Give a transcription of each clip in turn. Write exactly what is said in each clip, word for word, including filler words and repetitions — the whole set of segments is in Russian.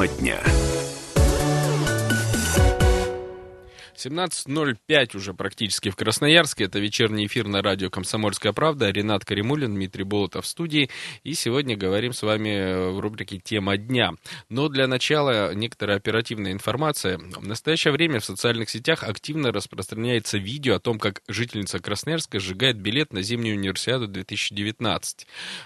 Тема дня. семнадцать ноль пять уже практически в Красноярске. Это вечерний эфир на радио «Комсомольская правда». Ренат Каримулин, Дмитрий Болотов в студии. И сегодня говорим с вами в рубрике «Тема дня». Но для начала некоторая оперативная информация. В настоящее время в социальных сетях активно распространяется видео о том, как жительница Красноярска сжигает билет на зимнюю универсиаду две тысячи девятнадцать.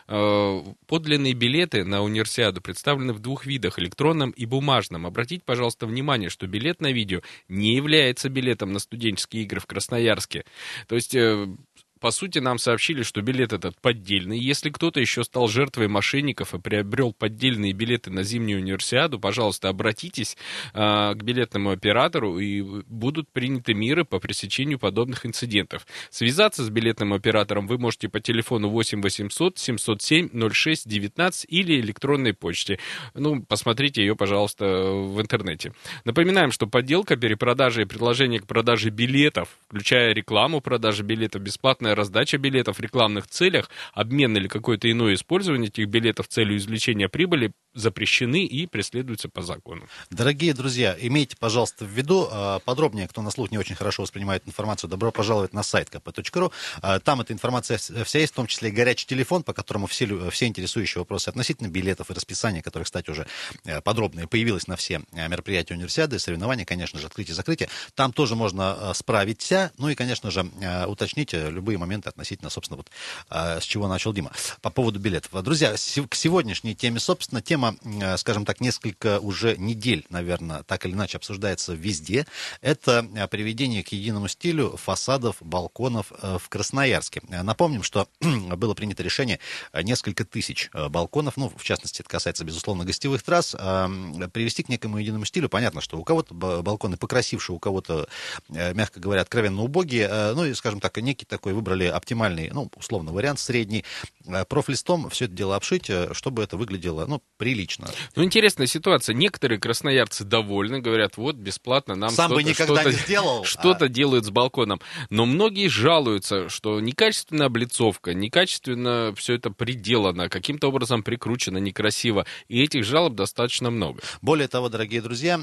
Подлинные билеты на универсиаду представлены в двух видах – электронном и бумажном. Обратите, пожалуйста, внимание, что билет на видео не является билетом на студенческие игры в Красноярске. То есть, э, по сути, нам сообщили, что билет этот поддельный. Если кто-то еще стал жертвой мошенников и приобрел поддельные билеты на зимнюю универсиаду, пожалуйста, обратитесь э, к билетному оператору, и будут приняты меры по пресечению подобных инцидентов. Связаться с билетным оператором вы можете по телефону восемь восемьсот семьсот семь ноль шесть девятнадцать или электронной почте. Ну, посмотрите ее, пожалуйста, в интернете. Напоминаем, что подделка, перепродажа и предложение к продаже билетов, включая рекламу продажи билетов, бесплатная раздача билетов в рекламных целях, обмен или какое-то иное использование этих билетов с целью извлечения прибыли запрещены и преследуются по закону. Дорогие друзья, имейте, пожалуйста, в виду, подробнее, кто на слух не очень хорошо воспринимает информацию, добро пожаловать на сайт ка пэ точка ру. Там эта информация вся есть, в том числе и горячий телефон, по которому все, все интересующие вопросы относительно билетов и расписания, которые, кстати, уже подробные появилось на все мероприятия универсиады, соревнования, конечно же, открытие-закрытие. Там тоже можно справиться, ну и, конечно же, уточнить любые моменты относительно, собственно, вот с чего начал Дима, по поводу билетов. Друзья, к сегодняшней теме, собственно, тема, скажем так, несколько уже недель, наверное, так или иначе обсуждается везде. Это приведение к единому стилю фасадов, балконов в Красноярске. Напомним, что было принято решение несколько тысяч балконов, ну, в частности, это касается, безусловно, гостевых трасс, привести к некому единому стилю. Понятно, что у кого-то балконы покрасившие, у кого-то, мягко говоря, откровенно убогие. Ну, и, скажем так, некий такой выбрали оптимальный, ну, условно, вариант средний. Профлистом все это дело обшить, чтобы это выглядело, ну, прилично. Ну, интересная ситуация. Некоторые красноярцы довольны, говорят, вот, бесплатно нам Сам что-то, бы никогда что-то, не сделал. что-то а... делают с балконом. Но многие жалуются, что некачественная облицовка, некачественно все это приделано, каким-то образом прикручено некрасиво. И этих жалоб достаточно много. Более того, дорогие друзья,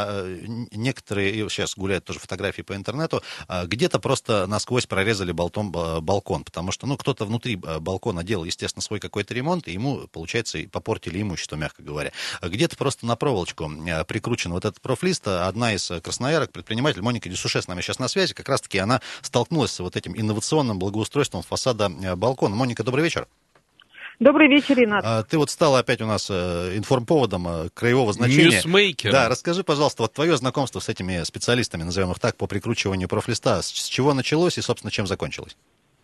некоторые, сейчас гуляют тоже фотографии по интернету, где-то просто насквозь прорезали болтом балкон, потому что, ну, кто-то внутри балкона делал, естественно, свой какой-то ремонт, и ему, получается, и попортили имущество, мягко говоря. Где-то просто на проволочку прикручен вот этот профлист. Одна из красноярок, предприниматель Моника Дюсуше с нами сейчас на связи, как раз-таки она столкнулась с вот этим инновационным благоустройством фасада балкона. Моника, добрый вечер. Добрый вечер, Ренат. Ты вот стала опять у нас информповодом краевого значения. Ньюсмейкером. Да, расскажи, пожалуйста, вот твое знакомство с этими специалистами, назовем их так, по прикручиванию профлиста, с чего началось и, собственно, чем закончилось?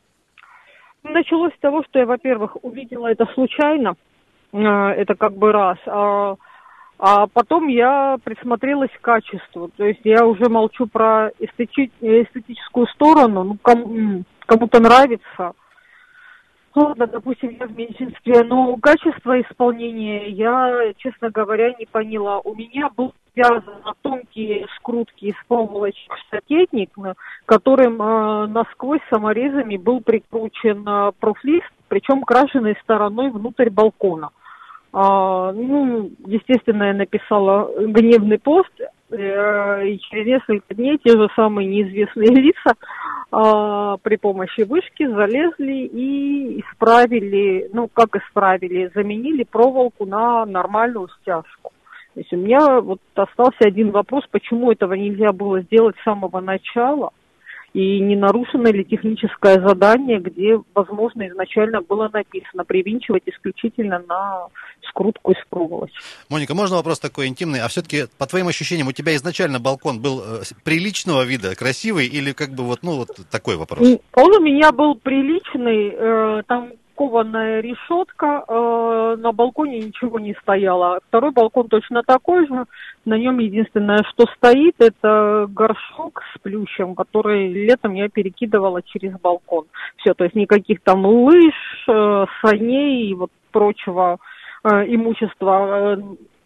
Началось с того, что я, во-первых, увидела это случайно, это как бы раз, а, а потом я присмотрелась к качеству, то есть я уже молчу про эстети- эстетическую сторону, ну, кому- кому-то нравится. Ладно, допустим, я в меньшинстве, но качество исполнения я, честно говоря, не поняла. У меня был связан на тонкие скрутки из проволочек штакетник, которым э, насквозь саморезами был прикручен э, профлист, причем крашеной стороной внутрь балкона. А, ну, естественно, я написала гневный пост, э, и через несколько дней те же самые неизвестные лица а, при помощи вышки залезли и исправили, ну, как исправили, заменили проволоку на нормальную стяжку. То есть у меня вот остался один вопрос, почему этого нельзя было сделать с самого начала, и не нарушено ли техническое задание, где, возможно, изначально было написано привинчивать исключительно на скрутку из проволочки. Моника, можно вопрос такой интимный? А все-таки, по твоим ощущениям, у тебя изначально балкон был э, приличного вида, красивый, или как бы вот, ну, вот такой вопрос? Он у меня был приличный, э, там кованая решетка, э, на балконе ничего не стояло. Второй балкон точно такой же, на нем единственное, что стоит, это горшок с плющем, который летом я перекидывала через балкон. Все, то есть никаких там лыж, э, саней и вот прочего э, имущества.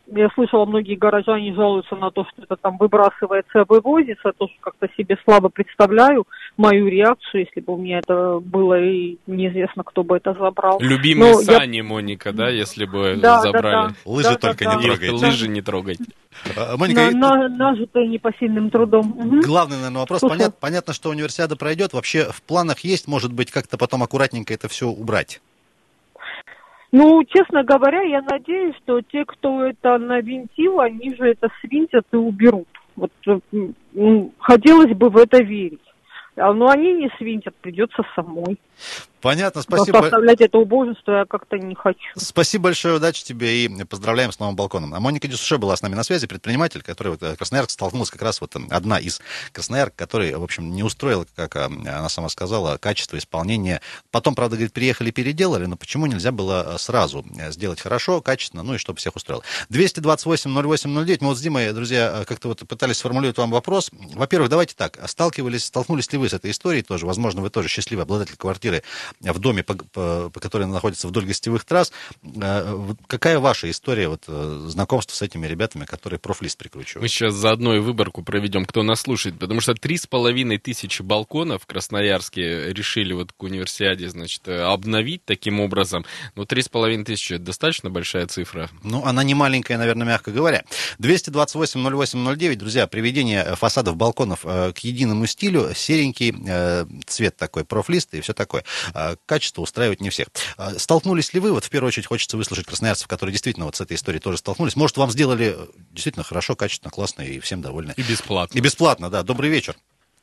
я слышала, многие горожане жалуются на то, что это там выбрасывается, вывозится, тоже как-то себе слабо представляю мою реакцию, если бы у меня это было, и неизвестно, кто бы это забрал. Любимые Но сани, я... Моника, да, если бы да, забрали. Да, да. Лыжи да, только да, не да. трогайте. Лыжи не трогайте. Моника, на, на, нажитое непосильным трудом. Угу. Главный, наверное, вопрос. Понят, понятно, что универсиада пройдет. Вообще в планах есть, может быть, как-то потом аккуратненько это все убрать? Ну, честно говоря, я надеюсь, что те, кто это навинтил, они же это свинтят и уберут. Вот ну, хотелось бы в это верить. Но они не свинтят, придется самой. Понятно, спасибо. Но оставлять это убожество я как-то не хочу. Спасибо большое, удачи тебе и поздравляем с новым балконом. А Моника Дюсше была с нами на связи, предприниматель, который вот в Красноярске столкнулась как раз вот одна из красноярок, которая, в общем, не устроила, как она сама сказала, качество исполнения. Потом, правда, говорит, приехали, переделали, но почему нельзя было сразу сделать хорошо, качественно, ну и чтобы всех устроило. двести двадцать восемь ноль восемь ноль девять. Мы вот с Димой, друзья, как-то вот пытались сформулировать вам вопрос. Во-первых, давайте так, сталкивались, столкнулись ли вы с этой историей тоже? Возможно, вы тоже счастливый обладатель квартиры в доме, по, по, по которой находится вдоль гостевых трасс. Какая ваша история вот, знакомства с этими ребятами, которые профлист прикручивают? Мы сейчас заодно и выборку проведем, кто нас слушает, потому что три с половиной тысячи балконов в Красноярске решили вот к универсиаде, значит, обновить таким образом. Но три с половиной тысячи — это достаточно большая цифра. Ну, она не маленькая, наверное, мягко говоря. двести двадцать восемь ноль восемь ноль девять, друзья, приведение фасадов балконов к единому стилю, серенький цвет такой, профлист и все такое. Качество устраивает не всех. Столкнулись ли вы, вот в первую очередь хочется выслушать красноярцев, которые действительно вот с этой историей тоже столкнулись. Может, вам сделали действительно хорошо, качественно, классно и всем довольны. И бесплатно. И бесплатно, да. Добрый вечер.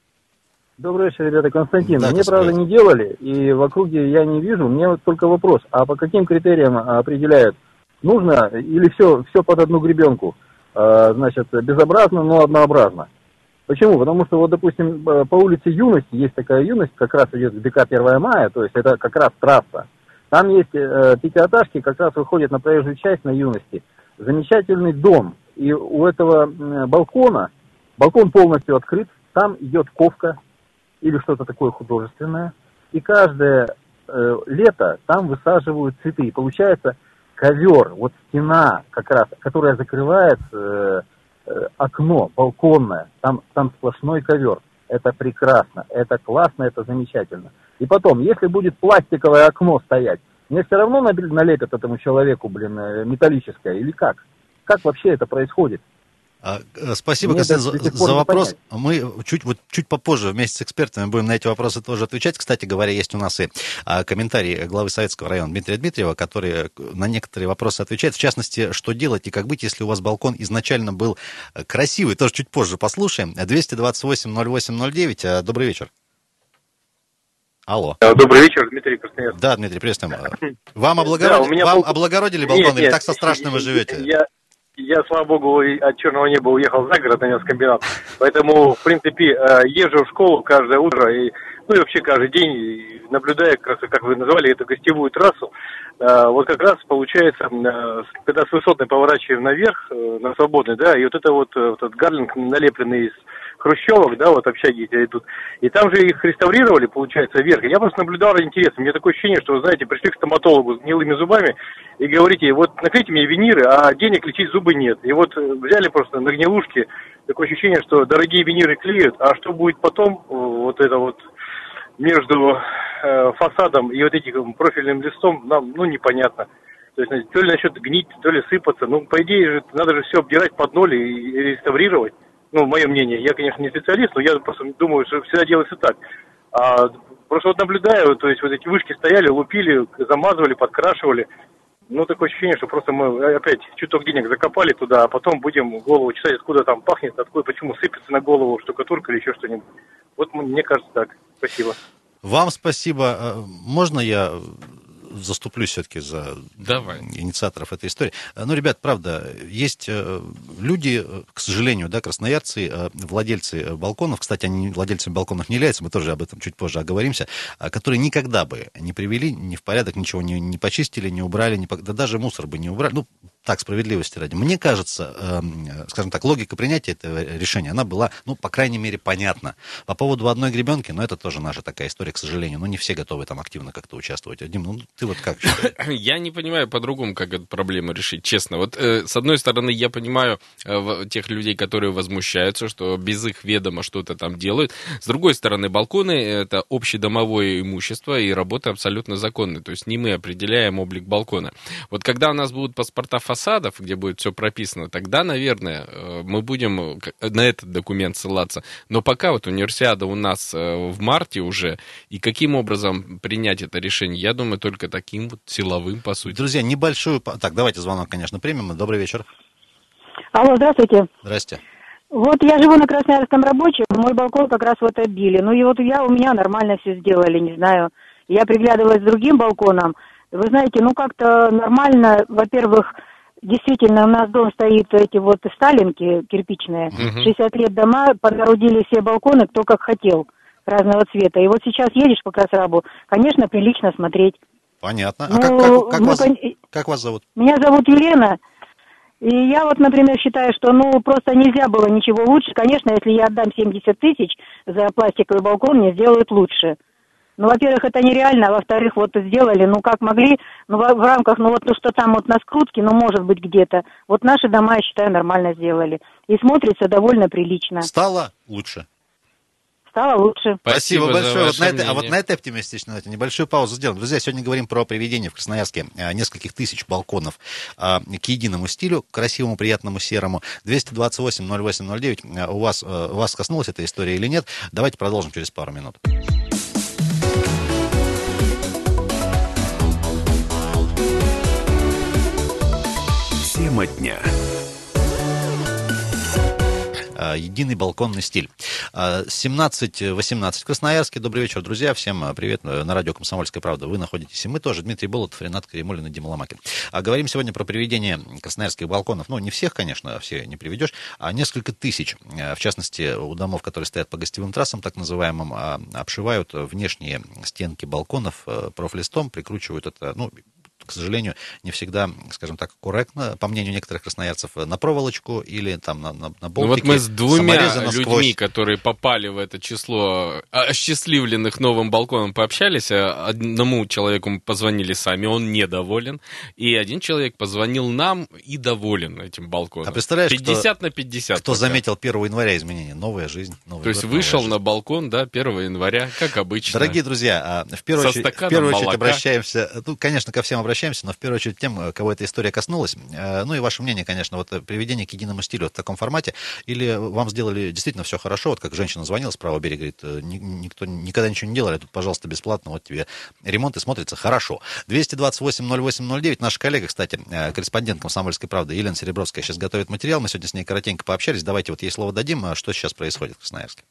Добрый вечер, ребята. Константин. Да, мне, правда, не делали, и в округе я не вижу. Мне вот только вопрос, а по каким критериям определяют? Нужно или все, все под одну гребенку? Значит, безобразно, но однообразно. Почему? Потому что, вот, допустим, по улице Юности, есть такая Юность, как раз идет к ДК первое мая, то есть это как раз трасса. Там есть э, пятиэтажки, как раз выходят на проезжую часть на Юности. Замечательный дом. И у этого э, балкона, балкон полностью открыт, там идет ковка или что-то такое художественное. И каждое э, лето там высаживают цветы. И получается ковер, вот стена как раз, которая закрывает... Э, окно балконное, там, там сплошной ковер. Это прекрасно, это классно, это замечательно. И потом, если будет пластиковое окно стоять, мне все равно налепят этому человеку, блин, металлическое, или как? Как вообще это происходит? Спасибо, Константин, за, за вопрос. Мы чуть, вот, чуть попозже вместе с экспертами будем на эти вопросы тоже отвечать. Кстати говоря, есть у нас и а, комментарий главы Советского района Дмитрия Дмитриева, который на некоторые вопросы отвечает. В частности, что делать и как быть, если у вас балкон изначально был красивый. Тоже чуть позже послушаем. двести двадцать восемь ноль восемь ноль девять. Добрый вечер. Алло. Добрый вечер, Дмитрий Красноярск. Да, Дмитрий, приветствуем. Вам, облагород... да, Вам был... облагородили балкон нет, или нет, так со страшным вы живете? Я... Я, слава богу, от черного неба уехал за город на мясокомбинат, поэтому, в принципе, езжу в школу каждое утро и, ну и вообще каждый день, наблюдая, как, как вы назвали, эту гостевую трассу. Вот как раз получается, когда с высотной поворачиваем наверх, на свободный, да, и вот это вот, вот этот гарлинг, налепленный из хрущевок, да, вот общаги эти идут, и там же их реставрировали, получается, вверх. Я просто наблюдал, интересно, у меня такое ощущение, что, вы знаете, пришли к стоматологу с гнилыми зубами и говорите, вот наклейте мне виниры, а денег лечить зубы нет. И вот взяли просто на гнилушке, такое ощущение, что дорогие виниры клеют, а что будет потом, вот это вот между э, фасадом и вот этим профильным листом, нам, ну, непонятно. То есть, то ли начнет гнить, то ли сыпаться. Ну, по идее же, надо же все обдирать под ноль и, и реставрировать. Ну, мое мнение, я, конечно, не специалист, но я просто думаю, что всегда делается так. А, просто вот наблюдаю, то есть вот эти вышки стояли, лупили, замазывали, подкрашивали. Ну, такое ощущение, что просто мы опять чуток денег закопали туда, а потом будем голову чесать, откуда там пахнет, откуда, почему сыпется на голову штукатурка или еще что-нибудь. Вот мне кажется так. Спасибо. Вам спасибо. Можно я заступлюсь все-таки за Давай. инициаторов этой истории? Ну, ребят, правда, есть люди, к сожалению, да, красноярцы, владельцы балконов, кстати, они владельцами балконов не являются, мы тоже об этом чуть позже оговоримся, которые никогда бы не привели ни в порядок, ничего не, не почистили, не убрали, не, да даже мусор бы не убрали, ну, так, справедливости ради, мне кажется, э, скажем так, логика принятия этого решения, она была, ну, по крайней мере, понятна. По поводу одной гребенки, ну, это тоже наша такая история, к сожалению, ну, не все готовы там активно как-то участвовать. Дим, ну, ты вот как считаешь? Я не понимаю по-другому, как эту проблему решить, честно. Вот, э, с одной стороны, я понимаю э, тех людей, которые возмущаются, что без их ведома что-то там делают. С другой стороны, балконы — это общедомовое имущество, и работа абсолютно законная. То есть не мы определяем облик балкона. Вот когда у нас будут паспорта фасадов, где будет все прописано, тогда, наверное, мы будем на этот документ ссылаться. Но пока вот универсиада у нас в марте уже, и каким образом принять это решение, я думаю, только таким вот силовым, по сути. Друзья, небольшую... Так, давайте звонок, конечно, примем. Добрый вечер. Алло, здравствуйте. Здрасте. Вот я живу на Красноярском рабочем, мой балкон как раз вот обили. Ну и вот я, у меня нормально все сделали, не знаю. Я приглядывалась к другим балконам. Вы знаете, ну как-то нормально, во-первых, действительно, у нас дом стоит, эти вот сталинки кирпичные, uh-huh. шестьдесят лет дома, подгородили все балконы, кто как хотел, разного цвета. И вот сейчас едешь по Красрабу, конечно, прилично смотреть. Понятно. А ну, как, как, как, вас, пон... как вас зовут? Меня зовут Елена, и я вот, например, считаю, что, ну, просто нельзя было ничего лучше. Конечно, если я отдам семьдесят тысяч за пластиковый балкон, мне сделают лучше. Ну, во-первых, это нереально, а во-вторых, вот сделали, ну, как могли, ну, в, в рамках, ну, вот, ну, что там вот на скрутке, ну, может быть, где-то. Вот наши дома, я считаю, нормально сделали. И смотрится довольно прилично. Стало лучше? Стало лучше. Спасибо, Спасибо большое. Вот на этой, мнение. а вот на этой оптимистичной ноте небольшую паузу сделаем. Друзья, сегодня говорим про приведение в Красноярске нескольких тысяч балконов а, к единому стилю, красивому, приятному, серому. двести двадцать восемь ноль восемь ноль девять. У вас, у вас коснулась эта история или нет? Давайте продолжим через пару минут. Тема дня. Единый балконный стиль. семнадцать восемнадцать в Красноярске. Добрый вечер, друзья. Всем привет. На радио «Комсомольская правда» вы находитесь, и мы тоже. Дмитрий Болотов, Ренат Каримуллин и Дима Ломакин. А говорим сегодня про приведение красноярских балконов. Ну, не всех, конечно, все не приведешь, а несколько тысяч. В частности, у домов, которые стоят по гостевым трассам, так называемым, обшивают внешние стенки балконов профлистом, прикручивают это, ну, к сожалению, не всегда, скажем так, корректно, по мнению некоторых красноярцев, на проволочку или там на, на, на болтики. Ну вот мы с двумя людьми, сквозь... которые попали в это число осчастливленных новым балконом, пообщались. Одному человеку мы позвонили сами, он недоволен. И один человек позвонил нам и доволен этим балконом. А представляешь, пятьдесят кто, на пятьдесят. Кто пока. заметил первого января изменения? Новая жизнь. Новый То есть год, вышел жизнь. На балкон, да, первого января, как обычно. Дорогие друзья, в первую, очередь, в первую очередь обращаемся, ну, конечно, ко всем обращаемся, но в первую очередь тем, кого эта история коснулась. Ну и ваше мнение, конечно, вот приведение к единому стилю в таком формате, или вам сделали действительно все хорошо, вот как женщина звонила с правого берега, говорит, никто никогда ничего не делали, тут, пожалуйста, бесплатно, вот тебе ремонт и смотрится хорошо. двести двадцать восемь ноль восемь ноль девять, наша коллега, кстати, корреспондент «Комсомольской правды» Елена Серебровская сейчас готовит материал, мы сегодня с ней коротенько пообщались, давайте вот ей слово дадим, что сейчас происходит в Красноярске.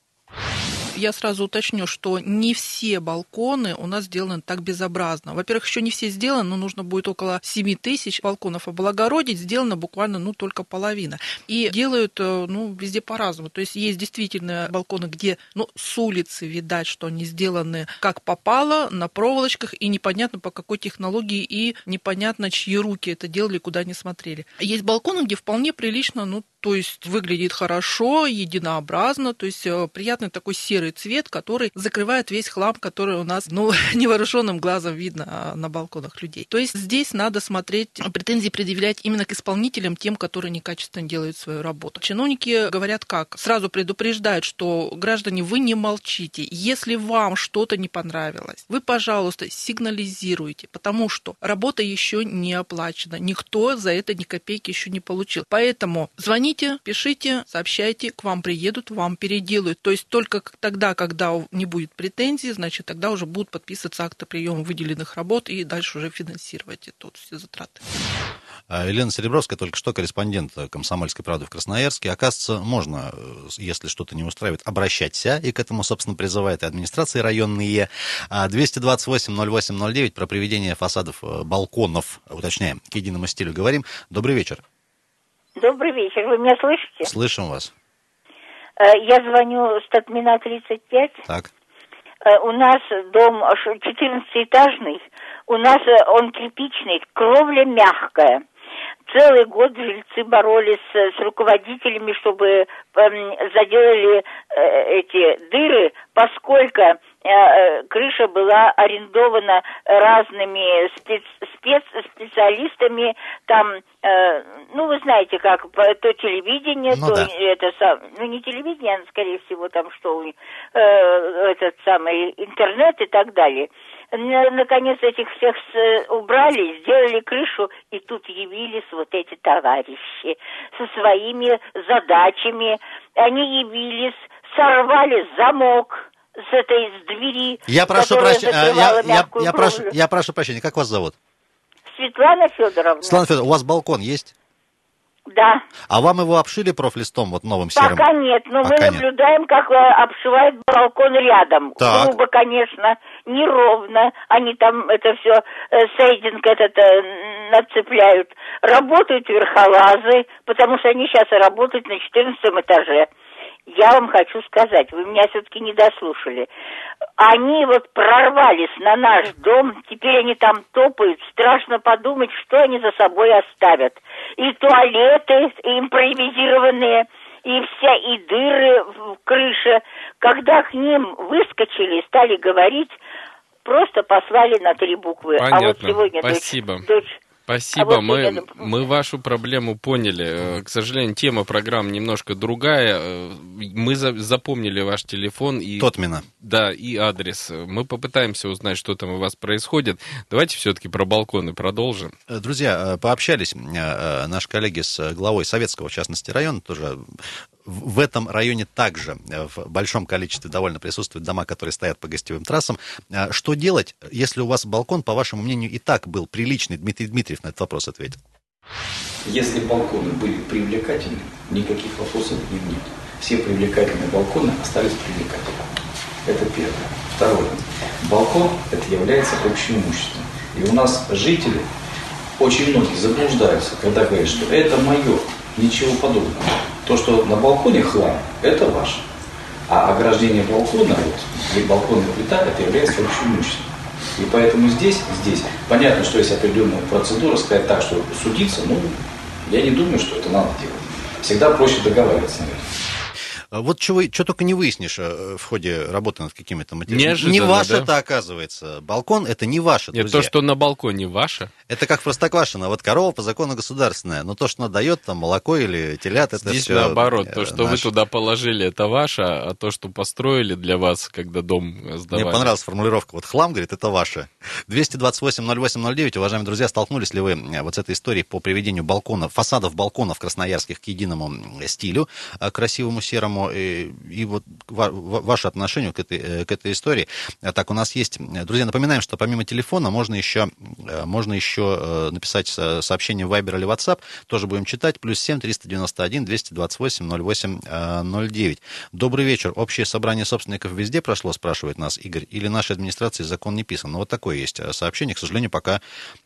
Я сразу уточню, что не все балконы у нас сделаны так безобразно. Во-первых, еще не все сделаны, но нужно будет около семь тысяч балконов облагородить. Сделано буквально, ну, только половина. И делают, ну, везде по-разному. То есть есть действительно балконы, где, ну, с улицы видать, что они сделаны как попало, на проволочках, и непонятно по какой технологии, и непонятно, чьи руки это делали, куда они смотрели. Есть балконы, где вполне прилично, ну, то есть выглядит хорошо, единообразно, то есть приятный такой серый цвет, который закрывает весь хлам, который у нас, ну, невооруженным глазом видно на балконах людей. То есть здесь надо смотреть, претензии предъявлять именно к исполнителям, тем, которые некачественно делают свою работу. Чиновники говорят как? Сразу предупреждают, что, граждане, вы не молчите. Если вам что-то не понравилось, вы, пожалуйста, сигнализируйте, потому что работа еще не оплачена. Никто за это ни копейки еще не получил. Поэтому звоните, пишите, сообщайте, к вам приедут, вам переделают. То есть только тогда, когда не будет претензий, значит, тогда уже будут подписываться акты приема выделенных работ и дальше уже финансировать это, все затраты. Елена Серебровская, только что корреспондент «Комсомольской правды» в Красноярске. Оказывается, можно, если что-то не устраивает, обращаться, и к этому, собственно, призывает и администрации районные. двести двадцать восемь ноль восемь ноль девять про приведение фасадов, балконов, уточняем, к единому стилю говорим. Добрый вечер. Добрый вечер. Вы меня слышите? Слышим вас. Я звоню с Татмина тридцать пять. Так. У нас дом четырнадцатиэтажный. У нас он кирпичный, кровля мягкая. целый год жильцы боролись с, с руководителями, чтобы э, заделали э, эти дыры, поскольку э, крыша была арендована разными спец, спец, специалистами, там, э, ну, вы знаете, как, то телевидение, ну, то да. это сам, ну, не телевидение, а, скорее всего, там, что, э, этот самый интернет и так далее. Наконец этих всех убрали, сделали крышу, и тут явились вот эти товарищи со своими задачами. Они явились, сорвали замок с этой с двери. Я прошу прощения, я, я, я, прошу, я прошу прощения, как вас зовут? Светлана Федоровна. Светлана Федоровна, у вас балкон есть? Да. А вам его обшили профлистом, вот новым серым? Пока нет, но Пока мы нет. наблюдаем, как обшивают балкон рядом. Так. Грубо, конечно, неровно. Они там это все, сейдинг этот нацепляют. Работают верхолазы, потому что они сейчас и работают на четырнадцатом этаже. Я вам хочу сказать, вы меня все-таки не дослушали. Они вот прорвались на наш дом, теперь они там топают, страшно подумать, что они за собой оставят. И туалеты импровизированные, и вся, и дыры в крыше. Когда к ним выскочили и стали говорить, просто послали на три буквы. Понятно. А вот сегодня Спасибо. дочь... дочь Спасибо, а вот мы, я... мы вашу проблему поняли. К сожалению, тема программы немножко другая. Мы за, запомнили ваш телефон и... Тотмина. Да, и адрес. Мы попытаемся узнать, что там у вас происходит. Давайте все-таки про балконы продолжим. Друзья, пообщались наши коллеги с главой Советского, в частности, района, тоже... В этом районе также в большом количестве довольно присутствуют дома, которые стоят по гостевым трассам. Что делать, если у вас балкон, по вашему мнению, и так был приличный? Дмитрий Дмитриев на этот вопрос ответит. Если балконы были привлекательны, никаких вопросов к ним нет. Все привлекательные балконы остались привлекательными. Это первое. Второе. Балкон – это является общим имуществом. И у нас жители, очень многие заблуждаются, когда говорят, что это мое. Ничего подобного. То, что на балконе хлам, это ваше. А ограждение балкона, вот, балконная плита, это является общим имуществом. И поэтому здесь, здесь, понятно, что есть определенная процедура, сказать так, что судиться, ну, я не думаю, что это надо делать. Всегда проще договариваться, наверное. Вот чего, что только не выяснишь в ходе работы над какими-то материалами. Неожиданно, не ваше да? это оказывается. Балкон это не ваше, Нет, друзья. то, что на балконе ваше. Это как в Простоквашино. Вот корова по закону государственная. Но то, что она дает, там, молоко или телят, это Здесь все наоборот. То, что наше. вы туда положили, это ваше, а то, что построили для вас, когда дом сдавали. Мне понравилась формулировка. Вот хлам, говорит, это ваше. двести двадцать восемь ноль восемь ноль девять. Уважаемые друзья, столкнулись ли вы вот с этой историей по приведению балконов, фасадов балконов красноярских к единому стилю, красивому серому? И, и вот ва- ваше отношение к этой, к этой истории. Так, у нас есть... Друзья, напоминаем, что помимо телефона можно еще, можно еще написать сообщение в Viber или WhatsApp. Тоже будем читать. Плюс семь триста девяносто один двести двадцать восемь ноль восемь ноль девять. Добрый вечер. Общее собрание собственников везде прошло, спрашивает нас Игорь. Или нашей администрации закон не писан? Ну, вот такое есть сообщение. К сожалению, пока...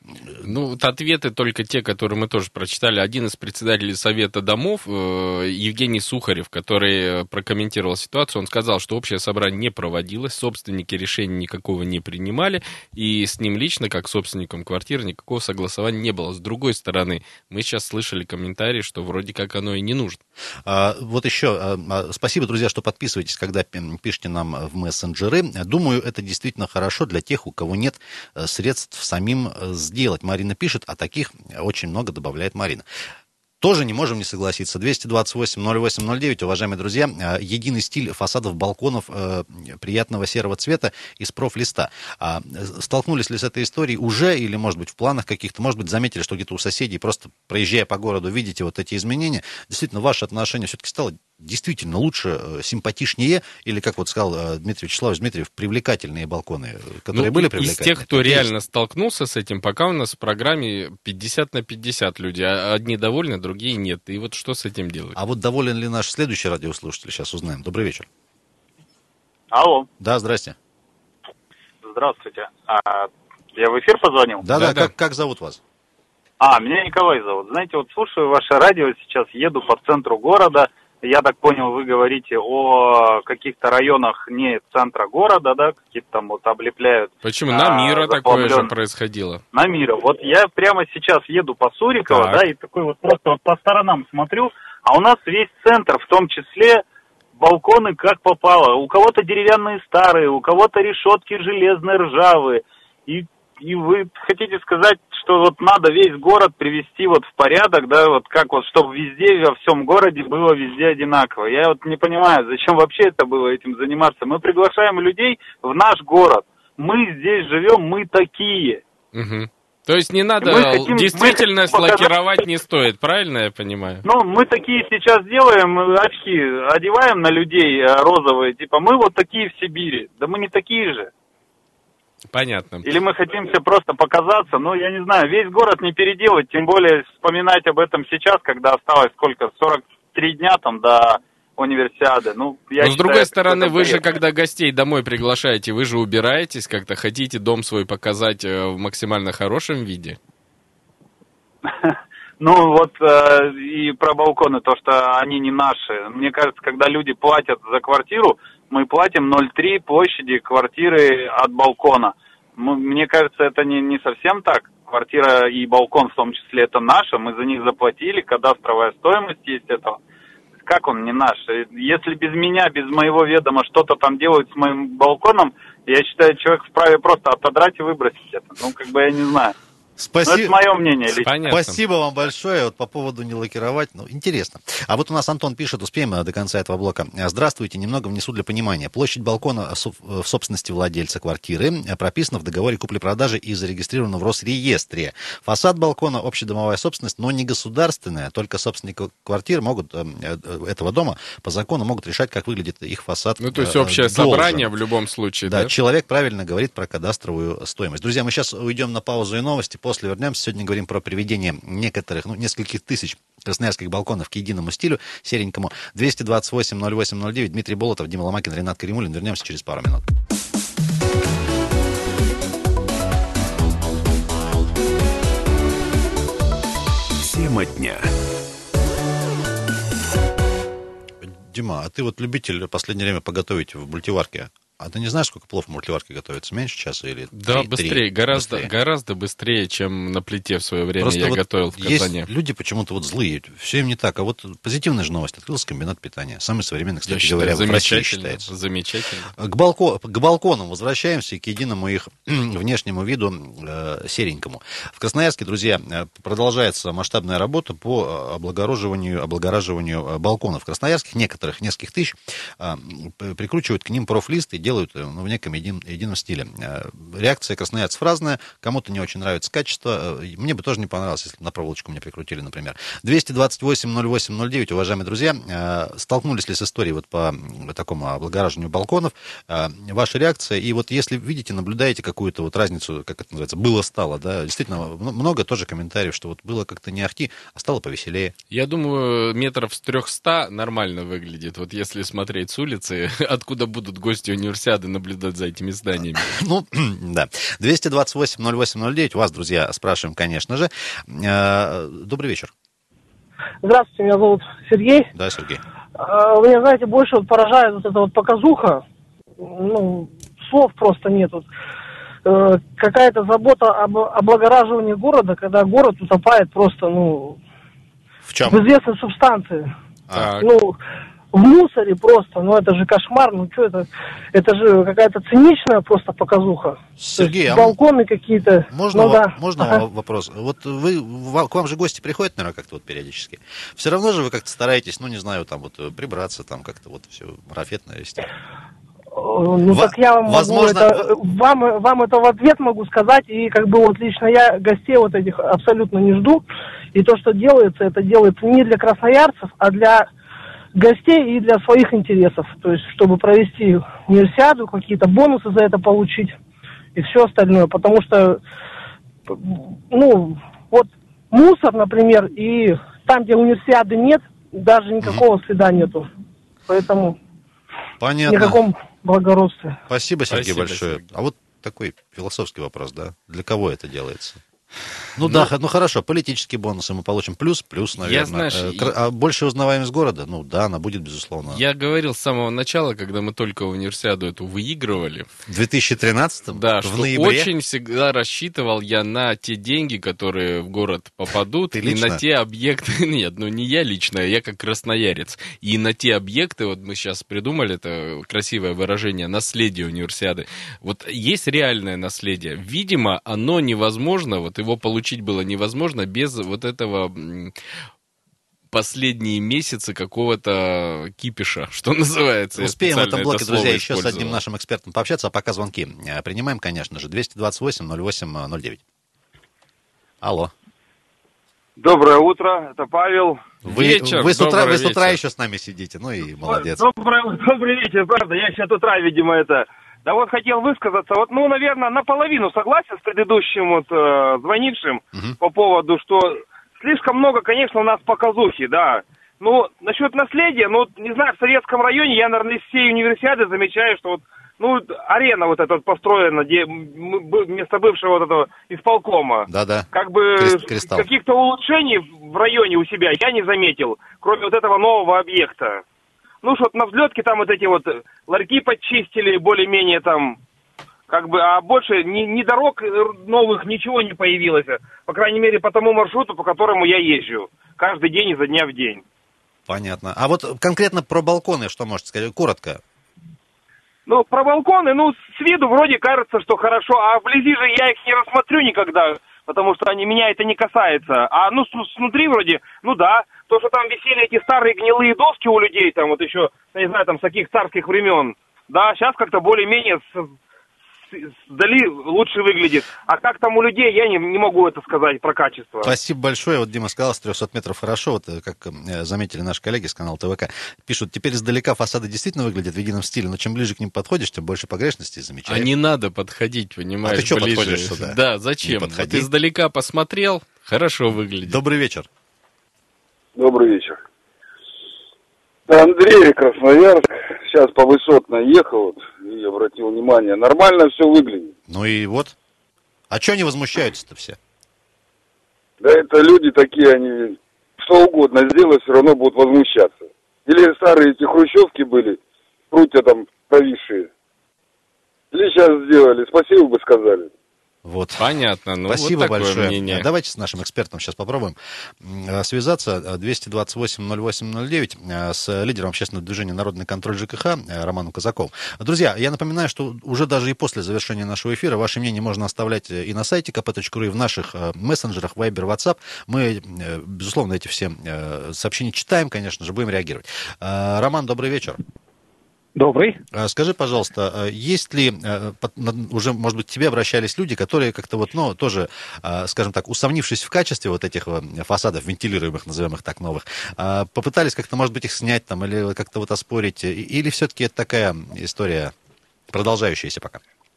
Ну, вот ответы только те, которые мы тоже прочитали. Один из председателей Совета домов, Евгений Сухарев, который прокомментировал ситуацию, он сказал, что общее собрание не проводилось, собственники решения никакого не принимали, и с ним лично, как собственником квартиры, никакого согласования не было. С другой стороны, мы сейчас слышали комментарии, что вроде как оно и не нужно. А, вот еще, а, спасибо, друзья, что подписываетесь, когда пишете нам в мессенджеры. Думаю, это действительно хорошо для тех, у кого нет средств самим сделать. Марина пишет, а таких очень много, добавляет Марина. Тоже не можем не согласиться. двести двадцать восемь ноль восемь ноль девять, уважаемые друзья, единый стиль фасадов балконов э, приятного серого цвета из профлиста. А, столкнулись ли с этой историей уже или, может быть, в планах каких-то, может быть, заметили, что где-то у соседей, просто проезжая по городу, видите вот эти изменения? Действительно, ваше отношение все-таки стало действительно лучше, симпатичнее, или, как вот сказал Дмитрий Вячеславович Дмитриев, привлекательные балконы, которые ну, были привлекательные? Из тех, кто реально есть? Столкнулся с этим, пока у нас в программе пятьдесят на пятьдесят люди. Одни довольны, другие нет. И вот что с этим делать? А вот доволен ли наш следующий радиослушатель, сейчас узнаем. Добрый вечер. Алло. Да, здрасте. Здравствуйте. А, я в эфир позвонил? Да, да, да. Как, как зовут вас? А, меня Николай зовут. Знаете, вот слушаю ваше радио, сейчас еду по центру города, я так понял, вы говорите о каких-то районах не центра города, да, какие-то там вот облепляют. Почему? На Мира а, такое же происходило. На Мира. Вот я прямо сейчас еду по Суриково, так. да, и такой вот просто вот по сторонам смотрю, а у нас весь центр, в том числе балконы как попало. У кого-то деревянные старые, у кого-то решетки железные, ржавые. И, и вы хотите сказать, что вот надо весь город привести вот в порядок, да, вот как вот, чтобы везде, во всем городе было везде одинаково. Я вот не понимаю, зачем вообще это было этим заниматься. Мы приглашаем людей в наш город. Мы здесь живем, мы такие. Угу. То есть не надо, хотим, действительность показать... лакировать не стоит, правильно я понимаю? Ну, мы такие сейчас делаем, очки одеваем на людей розовые, типа мы вот такие в Сибири. Да мы не такие же. Понятно. Или мы хотим все просто показаться, ну, я не знаю, весь город не переделать, тем более вспоминать об этом сейчас, когда осталось сколько, сорок три дня там до универсиады. Ну, я Но считаю, с другой стороны, вы бред. же, когда гостей домой приглашаете, вы же убираетесь как-то, хотите дом свой показать в максимально хорошем виде? Ну, вот э, и про балконы, то, что они не наши. Мне кажется, когда люди платят за квартиру, мы платим ноль целых три площади квартиры от балкона. Мне кажется, это не, не совсем так. Квартира и балкон в том числе это наше, мы за них заплатили, кадастровая стоимость есть этого. Как он не наш? Если без меня, без моего ведома что-то там делают с моим балконом, я считаю, человек вправе просто отодрать и выбросить это. Ну, как бы я не знаю. Спасибо. Это мое мнение лично. Спасибо вам большое. Вот по поводу не лакировать, ну, интересно. А вот у нас Антон пишет, успеем до конца этого блока. Здравствуйте, немного внесу для понимания. Площадь балкона в собственности владельца квартиры прописана в договоре купли-продажи и зарегистрирована в Росреестре. Фасад балкона общедомовая собственность, но не государственная. Только собственники квартир могут, этого дома по закону могут решать, как выглядит их фасад. Ну, то есть общее должен. собрание в любом случае, да? Да, человек правильно говорит про кадастровую стоимость. Друзья, мы сейчас уйдем на паузу и новости. После вернемся. Сегодня говорим про приведение некоторых, ну, нескольких тысяч красноярских балконов к единому стилю, серенькому. двести двадцать восемь ноль восемь ноль девять. Дмитрий Болотов, Дима Ломакин, Ренат Каримулин. Вернемся через пару минут. Тема дня. Дима, а ты вот любитель в последнее время поготовить в мультиварке? А ты не знаешь, сколько плов в мультиварке готовится? Меньше часа или Да, три, быстрее, три? гораздо, быстрее. гораздо быстрее, чем на плите в свое время. Просто я вот готовил в Казани. Есть люди почему-то вот злые, все им не так. А вот позитивная же новость. Открылся комбинат питания. Самый современный, кстати Я говоря, считаю, в России замечательно, считается. Замечательно. К, балко, к балконам возвращаемся и к единому их внешнему виду э, серенькому. В Красноярске, друзья, продолжается масштабная работа по облагораживанию, облагораживанию балконов красноярских, некоторых, нескольких тысяч, э, прикручивают к ним профлист и делают ну, в неком един, едином стиле. Реакция красноярцев разная. Кому-то не очень нравится качество. Мне бы тоже не понравилось, если бы на проволочку мне прикрутили, например. двести двадцать восемь ноль восемь ноль девять, уважаемые друзья, столкнулись ли с историей вот по такому облагораживанию балконов? Ваша реакция? И вот если видите, наблюдаете какую-то вот разницу, как это называется, было-стало, да, действительно, много тоже комментариев, что вот было как-то не ахти, а стало повеселее. Я думаю, метров с трехста нормально выглядит. Вот если смотреть с улицы, откуда будут гости универсиады наблюдать за этими зданиями. Ну, да. двести двадцать восемь ноль восемь ноль девять. Вас, друзья, спрашиваем, конечно же. Добрый вечер. Здравствуйте, меня зовут Сергей. Да, Сергей. Вы меня, знаете, больше вот поражает вот эта вот показуха. Ну, слов просто нет. Вот, э, какая-то забота об облагораживании города, когда город утопает просто, ну, в чем? В известной субстанции. А. Ну, в мусоре просто, ну это же кошмар, ну что это, это же какая-то циничная просто показуха. Сергей, а балконы какие-то. Можно, ну, да. можно ага. вопрос? Вот вы, к вам же гости приходят, наверное, как-то вот периодически. Все равно же вы как-то стараетесь, ну не знаю, там вот прибраться, там как-то вот все марафетно вести. Ну В... так я вам, возможно... могу это, вам, вам это в ответ могу сказать, и как бы вот лично я гостей вот этих абсолютно не жду, и то, что делается, это делается не для красноярцев, а для гостей и для своих интересов, то есть чтобы провести универсиаду, какие-то бонусы за это получить и все остальное, потому что, ну, вот мусор, например, и там, где универсиады нет, даже никакого mm-hmm. следа нету, поэтому понятно. Никаком благородстве. Спасибо, Сергей, Спасибо, большое. Сергей. А вот такой философский вопрос, да? Для кого это делается? Ну, ну да, ну хорошо, политические бонусы мы получим плюс, плюс, наверное. Я, знаешь, а больше узнаваемость города? Ну да, она будет, безусловно. Я говорил с самого начала, когда мы только универсиаду эту выигрывали. В две тысячи тринадцатом? Да, в что ноябре? очень всегда рассчитывал я на те деньги, которые в город попадут, Ты и лично? на те объекты... Нет, ну не я лично, я как красноярец. И на те объекты, вот мы сейчас придумали это красивое выражение, наследие универсиады. Вот есть реальное наследие. Видимо, оно невозможно, вот его получить было невозможно без вот этого последние месяцы какого-то кипиша, что называется. Успеем в этом блоке, это друзья, еще с одним нашим экспертом пообщаться, а пока звонки принимаем, конечно же. двести двадцать восемь ноль восемь ноль девять. Алло. Доброе утро, это Павел. Вы, вечер, вы, с утра, вы с утра вечер. еще с нами сидите, ну и молодец. Доброе, добрый вечер, правда, я сейчас с утра, видимо, это... Да вот хотел высказаться, вот, ну, наверное, наполовину согласен с предыдущим вот э, звонившим Угу. по поводу, что слишком много, конечно, у нас показухи, да. Ну, насчет наследия, ну, не знаю, в Советском районе я, наверное, из всей универсиады замечаю, что вот, ну, арена вот эта вот построена, где вместо бывшего вот этого исполкома. Да-да. Как бы Кристалл. каких-то улучшений в районе у себя я не заметил, кроме вот этого нового объекта. Ну, что на взлетке там вот эти вот ларьки подчистили, более-менее там, как бы, а больше ни, ни дорог новых, ничего не появилось. По крайней мере, по тому маршруту, по которому я езжу. Каждый день изо дня в день. Понятно. А вот конкретно про балконы, что можете сказать? Коротко. Ну, про балконы, ну, с виду вроде кажется, что хорошо, а вблизи же я их не рассмотрю никогда, потому что они, меня это не касается. А, ну, с, снутри вроде, ну да, то, что там висели эти старые гнилые доски у людей, там вот еще, я не знаю, там, с каких царских времен, да, сейчас как-то более-менее с, с, сдали лучше выглядит. А как там у людей, я не, не могу это сказать про качество. Спасибо большое. Вот Дима сказал, с трехсот метров хорошо. Вот как заметили наши коллеги с канала ТВК, пишут, теперь издалека фасады действительно выглядят в едином стиле, но чем ближе к ним подходишь, тем больше погрешностей замечаешь. А не надо подходить, понимаешь, а ты что ближе. подходишь сюда? Да, зачем? Вот издалека посмотрел, хорошо выглядит. Добрый вечер. Добрый вечер. Андрей, Красноярск. Сейчас по Высотной ехал вот, и обратил внимание. Нормально все выглядит. Ну и вот. А что они возмущаются-то все? Да это люди такие, они что угодно сделают, все равно будут возмущаться. Или старые эти хрущевки были, прутья там провисшие. Или сейчас сделали, спасибо бы сказали. Вот. Понятно. Ну, спасибо вот такое большое. Мнение. Давайте с нашим экспертом сейчас попробуем связаться. двести двадцать восемь ноль восемь ноль девять с лидером общественного движения «Народный контроль ЖКХ» Романом Казаковым. Друзья, я напоминаю, что уже даже и после завершения нашего эфира ваше мнение можно оставлять и на сайте ка пэ точка ру, и в наших мессенджерах, Viber, WhatsApp. Мы, безусловно, эти все сообщения читаем, конечно же, будем реагировать. Роман, добрый вечер. Добрый. Скажи, пожалуйста, есть ли, уже, может быть, к тебе обращались люди, которые как-то вот, ну, тоже, скажем так, усомнившись в качестве вот этих фасадов, вентилируемых, назовем их так, новых, попытались как-то, может быть, их снять там или как-то вот оспорить, или все-таки это такая история, продолжающаяся пока?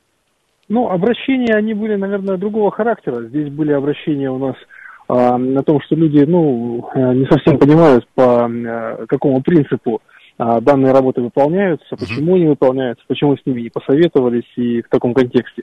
Ну, обращения, они были, наверное, другого характера. Здесь были обращения у нас а, на том, что люди, ну, не совсем понимают, по а, какому принципу данные работы выполняются, почему они выполняются, почему с ними не посоветовались и в таком контексте.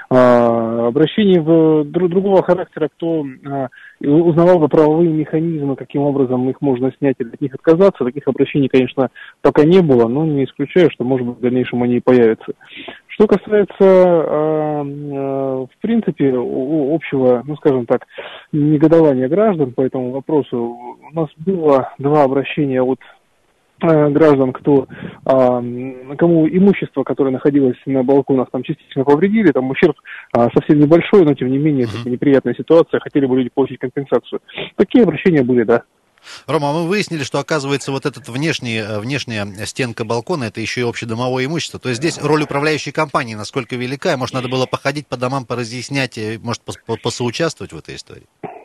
А, обращение в друг, другого характера, кто а, узнавал бы правовые механизмы, каким образом их можно снять или от них отказаться. Таких обращений, конечно, пока не было, но не исключаю, что, может быть, в дальнейшем они и появятся. Что касается, а, а, в принципе, общего, ну, скажем так, негодования граждан по этому вопросу, у нас было два обращения от граждан, кто, а, кому имущество, которое находилось на балконах, там частично повредили, там ущерб а, совсем небольшой, но тем не менее это неприятная ситуация, хотели бы люди получить компенсацию. Такие обращения были, да. Рома, мы выяснили, что, оказывается, вот эта внешняя, внешняя стенка балкона, это еще и общедомовое имущество. То есть здесь роль управляющей компании насколько велика, может, надо было походить по домам, поразъяснять, может, посоучаствовать в этой истории?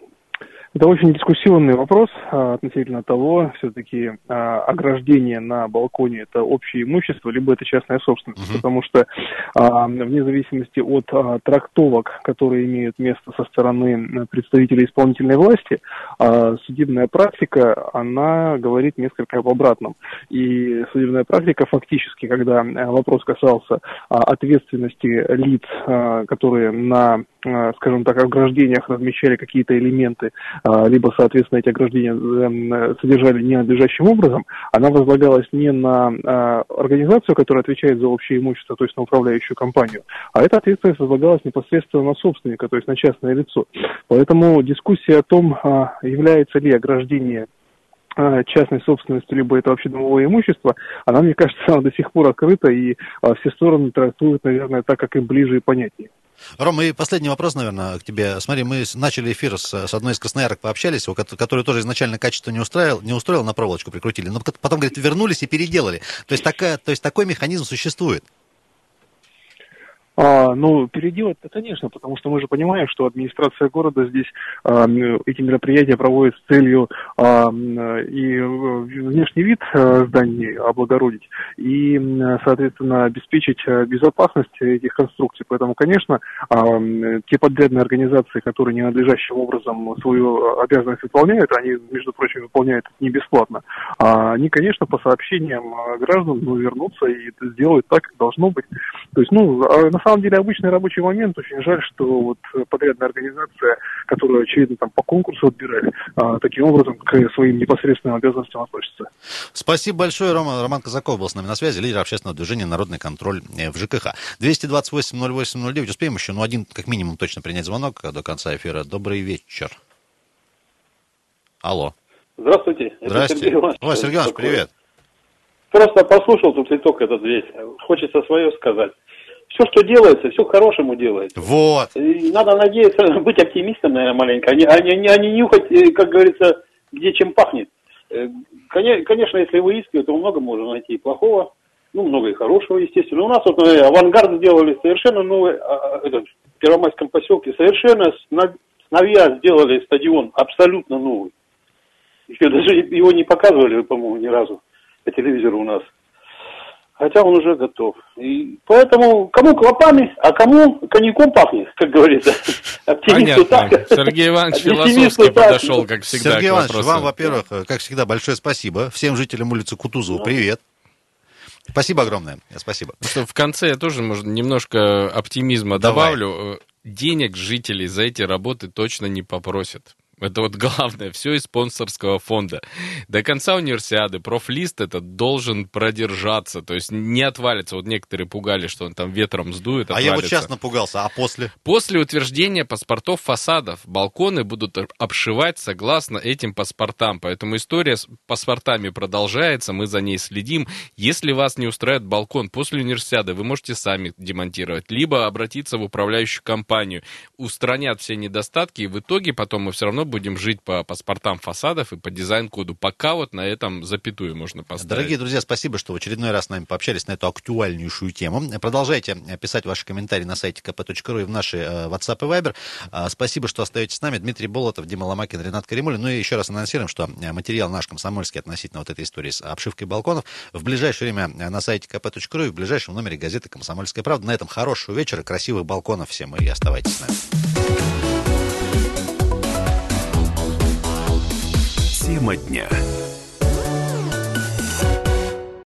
Это очень дискуссионный вопрос а, относительно того, все-таки а, ограждение на балконе это общее имущество, либо это частная собственность, uh-huh. потому что а, вне зависимости от а, трактовок, которые имеют место со стороны представителей исполнительной власти, а, судебная практика, она говорит несколько об обратном. И судебная практика фактически, когда вопрос касался а, ответственности лиц, а, которые на скажем так, ограждениях размещали какие-то элементы, либо, соответственно, эти ограждения содержали ненадлежащим образом, она возлагалась не на организацию, которая отвечает за общее имущество, то есть на управляющую компанию, а эта ответственность возлагалась непосредственно на собственника, то есть на частное лицо. Поэтому дискуссия о том, является ли ограждение частной собственности, либо это вообще домовое имущество, она, мне кажется, она до сих пор открыта, и все стороны трактуют, наверное, так, как им ближе и понятнее. Ром, и последний вопрос, наверное, к тебе. Смотри, мы начали эфир с, с одной из красноярок, пообщались, которая тоже изначально качество не устроил, не устроил, на проволочку прикрутили, но потом, говорит, вернулись и переделали. То есть, такая, то есть такой механизм существует. А, ну, переделать-то, конечно, потому что мы же понимаем, что администрация города здесь а, эти мероприятия проводит с целью а, и внешний вид а, зданий облагородить, и, соответственно, обеспечить безопасность этих конструкций. Поэтому, конечно, а, те подрядные организации, которые ненадлежащим образом свою обязанность выполняют, они, между прочим, выполняют это не бесплатно, а они, конечно, по сообщениям граждан ну, вернутся и сделают так, как должно быть. То есть, ну, на На самом деле обычный рабочий момент. Очень жаль, что вот подрядная организация, которую, очевидно, там по конкурсу отбирали, а, таким образом к своим непосредственным обязанностям относится. Спасибо большое, Рома. Роман Казаков был с нами на связи, лидер общественного движения «Народный контроль» в ЖКХ. двести двадцать восемь ноль восемь ноль девять. Успеем еще, ну, один, как минимум, точно принять звонок до конца эфира. Добрый вечер. Алло. Здравствуйте. Здравствуйте. Сергей Иванович. Ой, Сергей Иванович, привет. Просто послушал тут итог этот весь. Хочется свое сказать. Все, что делается, все к-хорошему делается. Вот. И надо надеяться, быть оптимистом, наверное, маленько, а не, а не, а не нюхать, как говорится, где чем пахнет. Конечно, если выискивать, то много можно найти и плохого, ну, много и хорошего, естественно. У нас вот авангард сделали совершенно новый, этот, в Первомайском поселке, совершенно с новья сделали стадион, абсолютно новый. Еще даже его не показывали, по-моему, ни разу по телевизору у нас. Хотя он уже готов. И поэтому кому клопами, а кому коньяком пахнет, как говорится. Оптимисту так. Сергей Иванович философски подошел, как всегда, Сергей к Иванович, вопросу. вам, во-первых, как всегда, большое спасибо. Всем жителям улицы Кутузова привет. Спасибо огромное. Спасибо. В конце я тоже, может, немножко оптимизма Давай. добавлю. Денег жителей за эти работы точно не попросят. Это вот главное, все из спонсорского фонда. До конца универсиады профлист этот должен продержаться, то есть не отвалится. Вот некоторые пугали, что он там ветром сдует, отвалится. А я вот сейчас напугался, а после? После утверждения паспортов фасадов балконы будут обшивать согласно этим паспортам. Поэтому история с паспортами продолжается, мы за ней следим. Если вас не устраивает балкон после универсиады, вы можете сами демонтировать, либо обратиться в управляющую компанию. Устранят все недостатки, и в итоге потом мы все равно будем жить по паспортам фасадов и по дизайн-коду. Пока вот на этом запятую можно поставить. Дорогие друзья, спасибо, что в очередной раз с нами пообщались на эту актуальнейшую тему. Продолжайте писать ваши комментарии на сайте ка пэ точка ру и в наши WhatsApp и Viber. Спасибо, что остаетесь с нами. Дмитрий Болотов, Дима Ломакин, Ренат Каримулин. Ну и еще раз анонсируем, что материал наш комсомольский относительно вот этой истории с обшивкой балконов в ближайшее время на сайте ка пэ точка ру и в ближайшем номере газеты «Комсомольская правда». На этом хорошего вечера, красивых балконов всем и оставайтесь с нами. Тема дня.